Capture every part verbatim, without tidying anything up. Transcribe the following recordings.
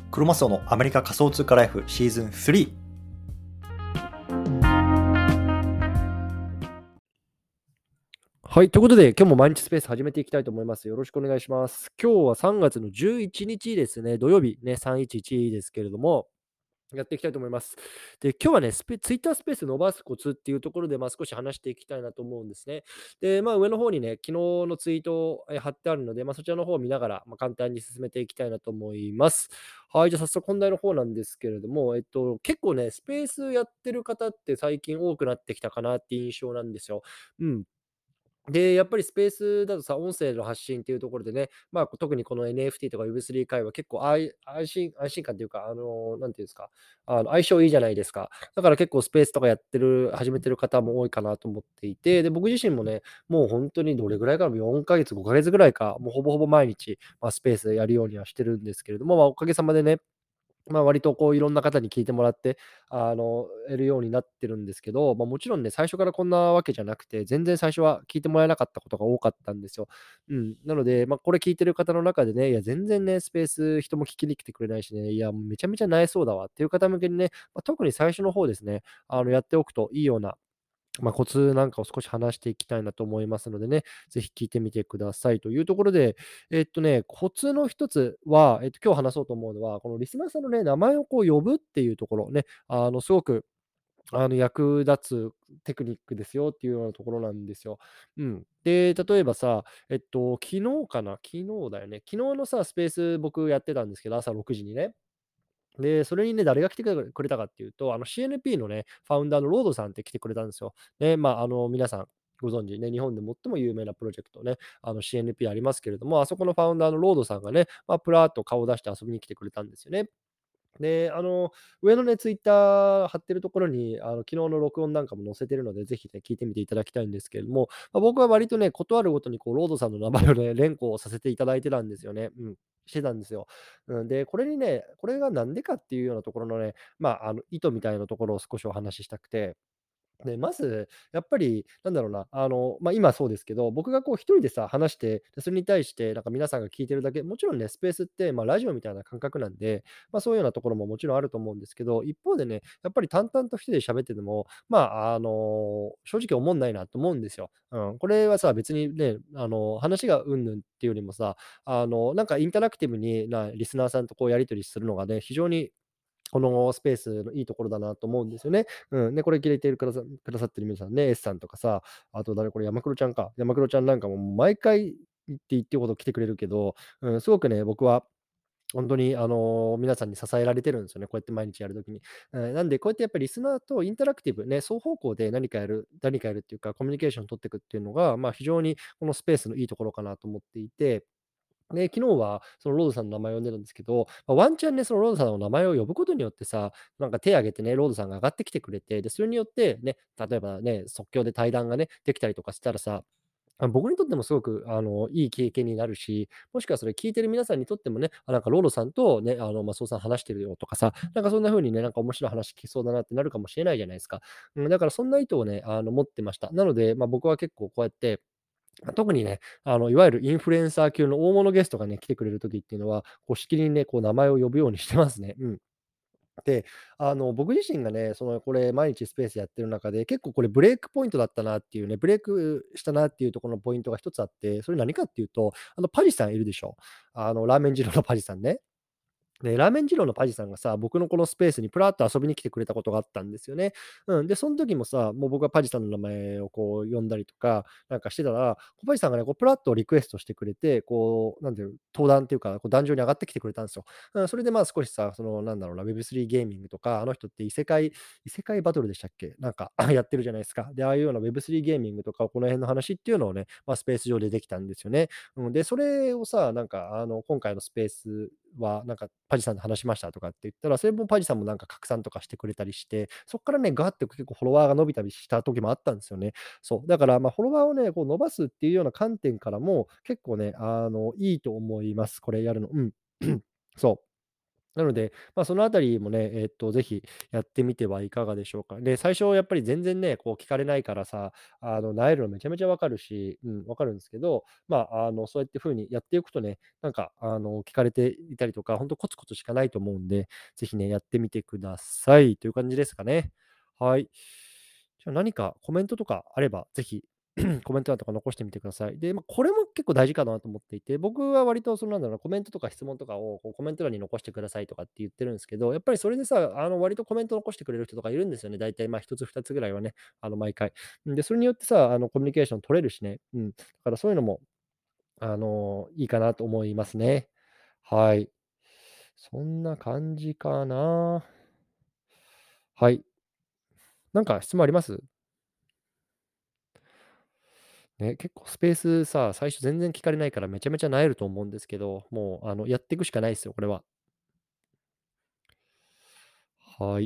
クロマスオのアメリカ仮想通貨ライフシーズンスリー。 はい。ということで、今日も毎日スペース始めていきたいと思います。よろしくお願いします。今日はさんがつのじゅういちにちですね。土曜日ね、さんいちいちですけれども、やっていきたいと思います。で、今日はね、スペツイッタースペース伸ばすコツっていうところで、まあ、少し話していきたいなと思うんですね。で、まあ、上の方にね、昨日のツイートをえ貼ってあるので、まあ、そちらの方を見ながら、まあ、簡単に進めていきたいなと思います。はい。じゃあ、早速本題の方なんですけれども、えっと、結構ね、スペースやってる方って最近多くなってきたかなっていう印象なんですよ。うん。で、やっぱりスペースだとさ、音声の発信っていうところでね、まあ、特にこの エヌエフティー とか ウェブスリー 界は結構あい安心安心感っていうか、あの、なんていうんですか、あの、相性いいじゃないですか。だから結構スペースとかやってる始めてる方も多いかなと思っていて、で、僕自身もね、もう本当にどれぐらいかな、よんかげつ、ごかげつぐらいか、もうほぼほぼ毎日、まあ、スペースやるようにはしてるんですけれども、まあ、おかげさまでね、まあ、割とこういろんな方に聞いてもらって、あの、得るようになってるんですけど、まあ、もちろんね、最初からこんなわけじゃなくて、全然最初は聞いてもらえなかったことが多かったんですよ。うん。なので、まあ、これ聞いてる方の中でね、いや、全然ね、スペース人も聞きに来てくれないしね、いや、めちゃめちゃ萎えそうだわっていう方向けにね、まあ、特に最初の方ですね、あの、やっておくといいようなまあ、コツなんかを少し話していきたいなと思いますのでね、ぜひ聞いてみてくださいというところで、えっとね、コツの一つは、えっと、今日話そうと思うのは、このリスナーさんのね、名前をこう呼ぶっていうところね、あの、すごく、あの、役立つテクニックですよっていうようなところなんですよ。うん。で、例えばさ、えっと、昨日かな、昨日だよね。昨日のさ、スペース僕やってたんですけど、朝ろくじにね。で、それにね、誰が来てくれくれたかっていうと、あの シーエヌピー のね、ファウンダーのロードさんって来てくれたんですよ。ね、まあ、あの、皆さんご存知ね、日本で最も有名なプロジェクトね、あの シーエヌピー ありますけれども、あそこのファウンダーのロードさんがね、まあ、プラーっと顔を出して遊びに来てくれたんですよね。で、あの、上のね、ツイッター貼ってるところに、あの、昨日の録音なんかも載せてるので、ぜひね、聞いてみていただきたいんですけれども、まあ、僕は割とね、事あるごとにこう、ロードさんの名前をね、連呼させていただいてたんですよね。うん。してたんですよ。うん、で、これにね、これがなんでかっていうようなところのね、まあ、あの、意図みたいなところを少しお話ししたくて、で、まず、やっぱり、なんだろうな、あの、まあ、今そうですけど、僕がこう一人でさ、話して、で、それに対してなんか皆さんが聞いてるだけ、もちろんね、スペースって、まあ、ラジオみたいな感覚なんで、まあ、そういうようなところももちろんあると思うんですけど、一方でね、やっぱり淡々と一人で喋ってても、まあ、あの、正直おもんないなと思うんですよ。うん。これはさ、別にね、あの、話がうんぬんっていうよりもさ、あの、なんかインタラクティブになリスナーさんとこうやり取りするのがね、非常にこのスペースのいいところだなと思うんですよね。うん。で、これ聞いてるくださくださってる皆さんね、S さんとかさ、あと誰これ、山黒ちゃんか。山黒ちゃんなんかも毎回言って言ってること来てくれるけど、うん、すごくね、僕は本当にあの、皆さんに支えられてるんですよね、こうやって毎日やるときに。うん、なんで、こうやってやっぱりリスナーとインタラクティブね、双方向で何かやる何かやるっていうか、コミュニケーションを取っていくっていうのが、まあ、非常にこのスペースのいいところかなと思っていて、で、昨日はそのロードさんの名前を呼んでるんですけど、ま、ワンチャンね、そのロードさんの名前を呼ぶことによってさ、なんか手挙げてね、ロードさんが上がってきてくれて、で、それによってね、例えばね、即興で対談がね、できたりとかしたらさ、あ、僕にとってもすごくあの、いい経験になるし、もしくはそれ聞いてる皆さんにとってもね、あ、なんかロードさんとね、あの、マスオさん話してるよとかさ、なんかそんな風にね、なんか面白い話聞きそうだなってなるかもしれないじゃないですか。うん、だからそんな意図をね、あの、持ってました。なので、ま、僕は結構こうやってま、特にね、あの、いわゆるインフルエンサー級の大物ゲストがね、来てくれる時っていうのは、こうしきりにね、こう名前を呼ぶようにしてますね。うん。で、あの、僕自身がね、その、これ毎日スペースやってる中で、結構これブレイクポイントだったなっていうね、ブレイクしたなっていうところのポイントが一つあって、それ何かっていうと、あの、パジさんいるでしょ。あの、ラーメン二郎のパジさんね。で、ラーメン二郎のパジさんがさ、僕のこのスペースにプラっと遊びに来てくれたことがあったんですよね。うん。で、その時もさ、もう僕がパジさんの名前をこう呼んだりとか、なんかしてたら、パジさんがね、こうプラっとリクエストしてくれて、こう、なんていう、登壇っていうか、こう壇上に上がってきてくれたんですよ。うん、それでまあ少しさ、そのなんだろうな、ウェブスリー ゲーミングとか、あの人って異世界異世界バトルでしたっけ？なんかやってるじゃないですか。で、ああいうような ウェブスリー ゲーミングとか、この辺の話っていうのをね、まあ、スペース上でできたんですよね。うん、で、それをさ、なんか、あの、今回のスペースは、なんか、パジさんと話しましたとかって言ったら、それもパジさんもなんか拡散とかしてくれたりして、そっからね、ガーって結構フォロワーが伸びたりした時もあったんですよね。そう。だから、まあ、フォロワーをね、こう伸ばすっていうような観点からも、結構ね、あの、いいと思います。これやるの。うん。そう。 なので、まあ、そのあたりもね、えっと、ぜひやってみてはいかがでしょうか。で、最初やっぱり全然ね、こう聞かれないからさ、あの、萎えるのめちゃめちゃわかるし、うん、わかるんですけど、まあ、あの、そうやって風にやっていくとね、なんか、あの、聞かれていたりとか、本当コツコツしかないと思うんで、ぜひね、やってみてくださいという感じですかね。はい。じゃあ何かコメントとかあれば、ぜひコメント欄とか残してみてください。で、まあ、これも結構大事かなと思っていて、僕は割とそのなんだろうな、コメントとか質問とかをこうコメント欄に残してくださいとかって言ってるんですけど、やっぱりそれでさ、あの割とコメント残してくれる人とかいるんですよね。大体まあひとつふたつぐらいはね、あの毎回。で、それによってさ、あのコミュニケーション取れるしね。うん。だからそういうのも、あのいいかなと思いますね。はい。そんな感じかな。はい。なんか質問あります？ね、結構スペースさ、最初全然聞かれないからめちゃめちゃ萎えると思うんですけど、もうあのやっていくしかないですよ、これは。はい。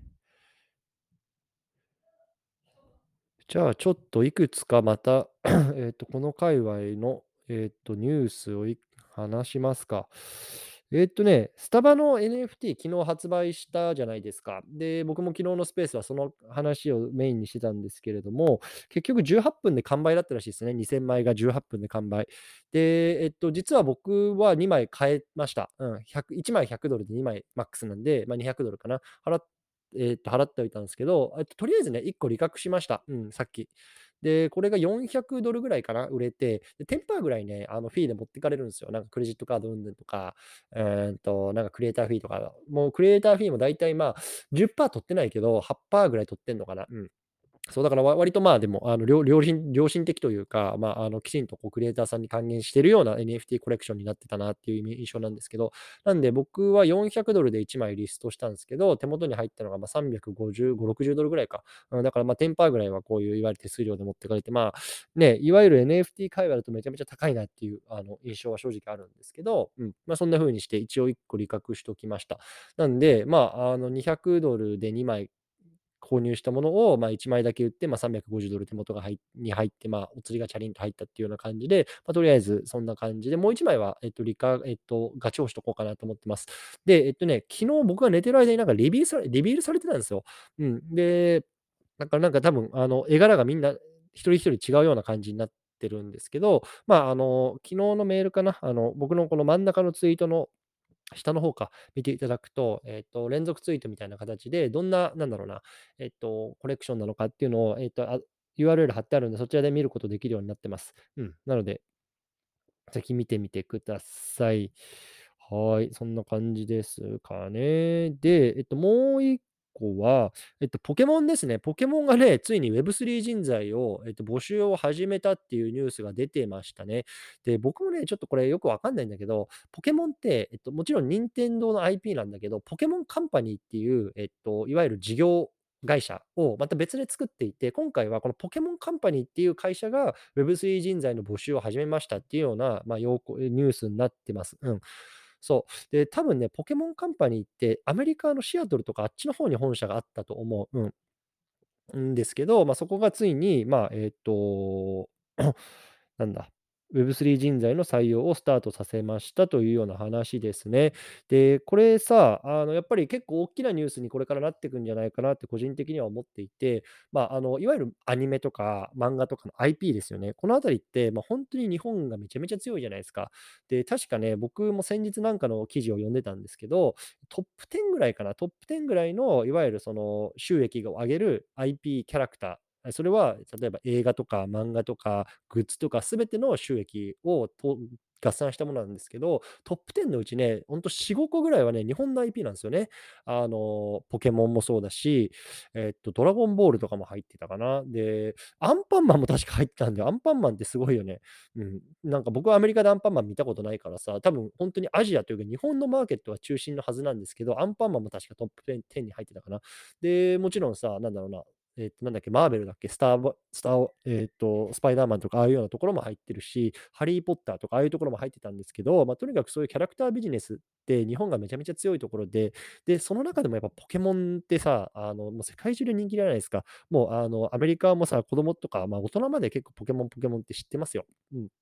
じゃあちょっといくつかまたえっと、この界隈の、えっと、ニュースをい話しますか。えっとね、スタバの エヌエフティー 昨日発売したじゃないですか。で、僕も昨日のスペースはその話をメインにしてたんですけれども、結局じゅうはっぷんで完売だったらしいですね。にせんまいがじゅうはっぷんで完売。で、えっと、実は僕はにまい買えました。うん、ひゃくいちまいひゃくドルでにまいマックスなんで、まあ、にひゃくドルかな。払っえっと、払っておいたんですけど、えっと、とりあえずね、いっこ利確しました。うん、さっき。で、これがよんひゃくドルぐらいかな、売れて、で、じゅっパーセントぐらいね、あの、フィーで持ってかれるんですよ。なんかクレジットカード云々とか、えーっと、なんかクリエイターフィーとか、もうクリエイターフィーもだいたいまあ、じゅっパーセント取ってないけど、はちパーセントぐらい取ってんのかな。うん。そうだからわ割とまあでも、あの、良良心良心的というか、まあ、あの、きちんとこうクリエイターさんに還元しているような エヌエフティー コレクションになってたなっていう印象なんですけど、なんで僕はよんひゃくドルでいちまいリストしたんですけど、手元に入ったのがまあさんびゃくごじゅうご、ろくじゅうドルぐらいか。うん、だからまあじゅっパーセントぐらいはこういういわゆる手数料で持ってかれて、まあね、いわゆる エヌエフティー 界隈だとめちゃめちゃ高いなっていうあの印象は正直あるんですけど、うん、まあそんな風にして一応いっこ利確しておきました。なんで、まあ、あのにひゃくドルでにまい購入したものを、まあ、いちまいだけ売って、まあ、さんびゃくごじゅうドル手元が入に入って、まあ、お釣りがチャリンと入ったっていうような感じで、まあ、とりあえずそんな感じで、もういちまいは、えっと、リカ、えっと、ガチ押しとこうかなと思ってます。で、えっとね、昨日僕が寝てる間になんかリビールされ、リビールされてたんですよ。うん。で、なんかなんか多分、あの、絵柄がみんな一人一人違うような感じになってるんですけど、まあ、あの、昨日のメールかな、あの、僕のこの真ん中のツイートの下の方か、見ていただくと、えっと、連続ツイートみたいな形で、どんな、なんだろうな、えっと、コレクションなのかっていうのを、えっと、あ ユーアールエル 貼ってあるんで、そちらで見ることできるようになってます。うん。なので、ぜひ見てみてください。はい、そんな感じですかね。で、えっと、もう一個は、えっと、ポケモンですね。ポケモンがね、ついに ウェブスリー 人材を、えっと、募集を始めたっていうニュースが出てましたね。で、僕もね、ちょっとこれよくわかんないんだけど、ポケモンって、えっと、もちろん任天堂の アイピー なんだけど、ポケモンカンパニーっていう、えっと、いわゆる事業会社をまた別で作っていて、今回はこのポケモンカンパニーっていう会社が ウェブスリー 人材の募集を始めましたっていうような、まあ、要項ニュースになってます。うん。そう。で、多分ね、ポケモンカンパニーってアメリカのシアトルとかあっちの方に本社があったと思う。うん。んですけど、まあ、そこがついに、まあ、えっと、なんだ、ウェブスリー 人材の採用をスタートさせましたというような話ですね。で、これさ、あの、やっぱり結構大きなニュースにこれからなっていくんじゃないかなって個人的には思っていて、まあ、あの、いわゆるアニメとか漫画とかの アイピー ですよね。このあたりって、まあ、本当に日本がめちゃめちゃ強いじゃないですか。で、確かね、僕も先日なんかの記事を読んでたんですけど、トップじゅうぐらいかな、トップじゅうぐらいのいわゆるその収益を上げる アイピー キャラクター、それは例えば映画とか漫画とかグッズとかすべての収益をと合算したものなんですけど、トップじゅうのうちね、ほんとよん、ごこぐらいはね、日本の アイピー なんですよね。あの、ポケモンもそうだし、えっと、ドラゴンボールとかも入ってたかな。で、アンパンマンも確か入ってたんで、アンパンマンってすごいよね。うん。なんか僕はアメリカでアンパンマン見たことないからさ、多分本当にアジアというか日本のマーケットは中心のはずなんですけど、アンパンマンも確かトップじゅうに入ってたかな。で、もちろんさ、なんだろうな、えっと、なんだっけ、マーベルだっけ、スターバスターえっと、スパイダーマンとかああいうようなところも入ってるし、ハリー・ポッターとかああいうところも入ってたんですけど、まあ、とにかくそういうキャラクタービジネスって日本がめちゃめちゃ強いところで、で、その中でもやっぱポケモンってさ、あの、もう世界中で人気じゃないですか。もうあの、アメリカもさ、子供とか、まあ、大人まで結構ポケモンポケモンって知ってますよ。うん。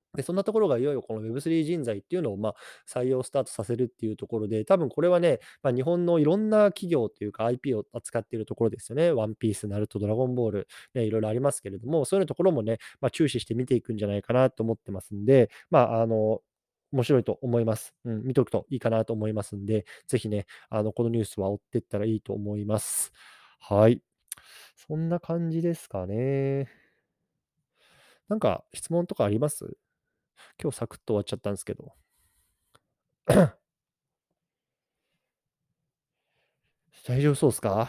で、そんなところがいよいよこの ウェブスリー 人材っていうのを、まあ、採用スタートさせるっていうところで、多分これはね、まあ、日本のいろんな企業というか アイピー を扱っているところですよね。ワンピース、ナルト、ドラゴンボール、ね、いろいろありますけれども、そういうところもね、まあ、注視して見ていくんじゃないかなと思ってますんで、まあ、あの、面白いと思います。うん、見とくといいかなと思いますんで、ぜひね、あの、このニュースは追っていったらいいと思います。はい。そんな感じですかね。なんか質問とかあります？今日サクッと終わっちゃったんですけど。大丈夫そうですか？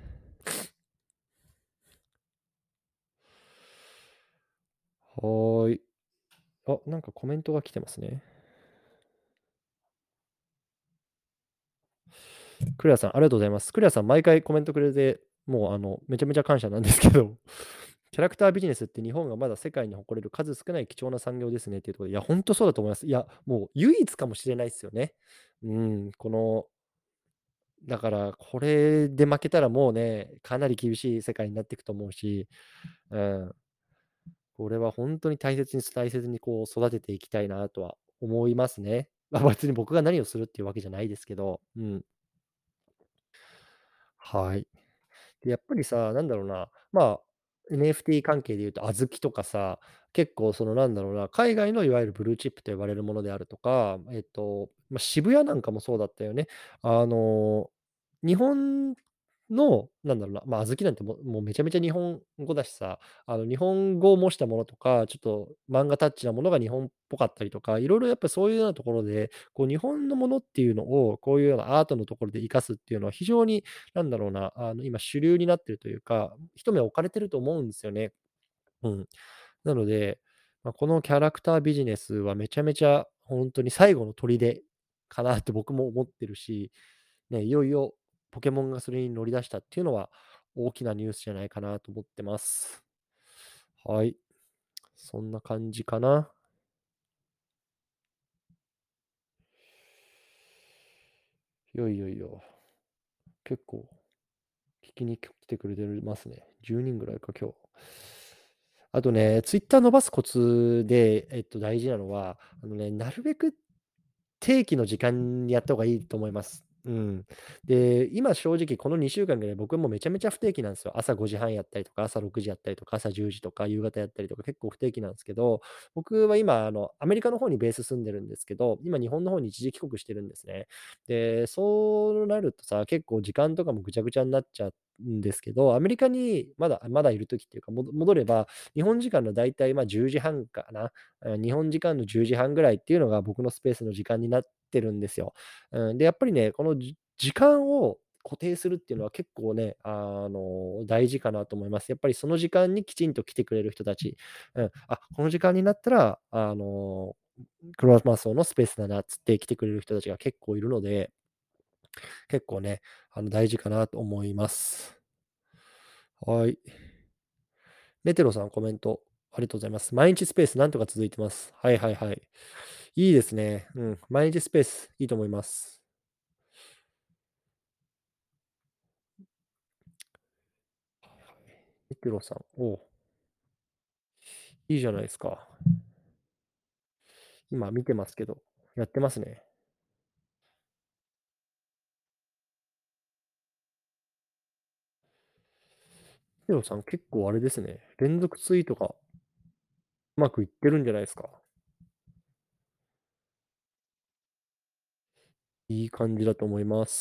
はーい。あ、なんかコメントが来てますね。クレアさん、ありがとうございます。クレアさん、毎回コメントくれて、もうあの、めちゃめちゃ感謝なんですけど、キャラクタービジネスって日本がまだ世界に誇れる数少ない貴重な産業ですねっていうところで、いや、本当そうだと思います。いや、もう唯一かもしれないですよね。うん、この、だからこれで負けたらもうね、かなり厳しい世界になっていくと思うし、うん、これは本当に大切に大切にこう育てていきたいなとは思いますね。まあ、別に僕が何をするっていうわけじゃないですけど、うん。はい。で、やっぱりさ、なんだろうな、まあ、エヌエフティー 関係で言うと、小豆とかさ、結構そのなんだろうな、海外のいわゆるブルーチップと呼ばれるものであるとか、えっと、まあ、渋谷なんかもそうだったよね。あの、日本の、なんだろうな、まあ、小豆なんてもうもうめちゃめちゃ日本語だしさ、あの日本語を模したものとか、ちょっと漫画タッチなものが日本っぽかったりとか、いろいろやっぱそういうようなところで、こう日本のものっていうのを、こういうようなアートのところで活かすっていうのは非常になんだろうな、あの、今主流になってるというか、一目置かれてると思うんですよね。うん。なので、まあ、このキャラクタービジネスはめちゃめちゃ本当に最後の砦かなって僕も思ってるし、ね、いよいよポケモンがそれに乗り出したっていうのは大きなニュースじゃないかなと思ってます。はい。そんな感じかな。いよいよいよ。結構聞きに来てくれてますね。じゅうにんぐらいか、今日。あとね、ツイッター伸ばすコツで、えっと、大事なのは、あのね、なるべく定期の時間にやった方がいいと思います。うん。で、今正直このにしゅうかんぐらい僕もめちゃめちゃ不定期なんですよ。朝ごじはんやったりとか、朝ろくじやったりとか、朝じゅうじとか、夕方やったりとか、結構不定期なんですけど、僕は今、あの、アメリカの方にベース住んでるんですけど、今日本の方に一時帰国してるんですね。で、そうなるとさ、結構時間とかもぐちゃぐちゃになっちゃうんですけど、アメリカにまだまだいる時っていうか、もど戻れば、日本時間のだいたい、ま、じゅうじはんかな、あ、日本時間のじゅうじはんぐらいっていうのが僕のスペースの時間になってるんですよ。うん、で、やっぱりね、このじ時間を固定するっていうのは結構ね、あの、大事かなと思います。やっぱりその時間にきちんと来てくれる人たち、うん、あ、この時間になったら、あの、クロマスオのスペースだなっつって来てくれる人たちが結構いるので、結構ね、あの、大事かなと思います。はい。メテロさん、コメントありがとうございます。毎日スペースなんとか続いてます。はいはいはい。いいですね。うん。毎日スペースいいと思います。メテロさん、おういいじゃないですか。今見てますけど、やってますね。メテロさん、結構あれですね。連続ツイートがうまくいってるんじゃないですか。いい感じだと思います。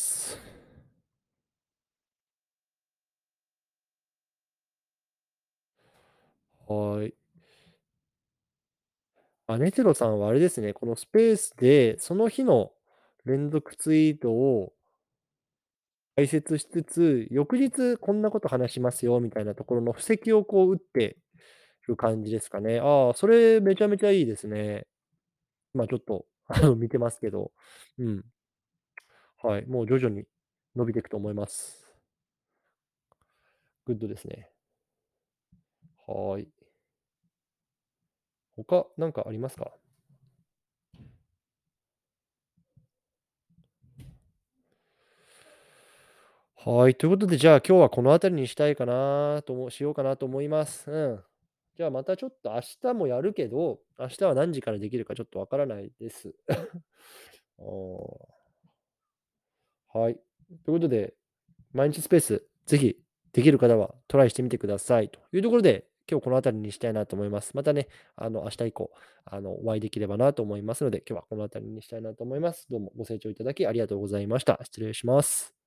はい。あ、メテロさんはあれですね。このスペースで、その日の連続ツイートを解説しつつ、翌日こんなこと話しますよみたいなところの布石をこう打ってる感じですかね。ああ、それめちゃめちゃいいですね。今ちょっと、あの、見てますけど。うん。はい。もう徐々に伸びていくと思います。グッドですね。はーい。他なんかありますか？はい。ということで、じゃあ今日はこの辺りにしたいかなともしようかなと思います。うん。じゃあまたちょっと明日もやるけど、 明日は何時からできるかちょっとわからないです。おーはい。ということで、毎日スペース、ぜひできる方はトライしてみてくださいというところで、今日この辺りにしたいなと思います。またね、あの、明日以降、あの、お会いできればなと思いますので、今日はこの辺りにしたいなと思います。どうもご清聴いただきありがとうございました。失礼します。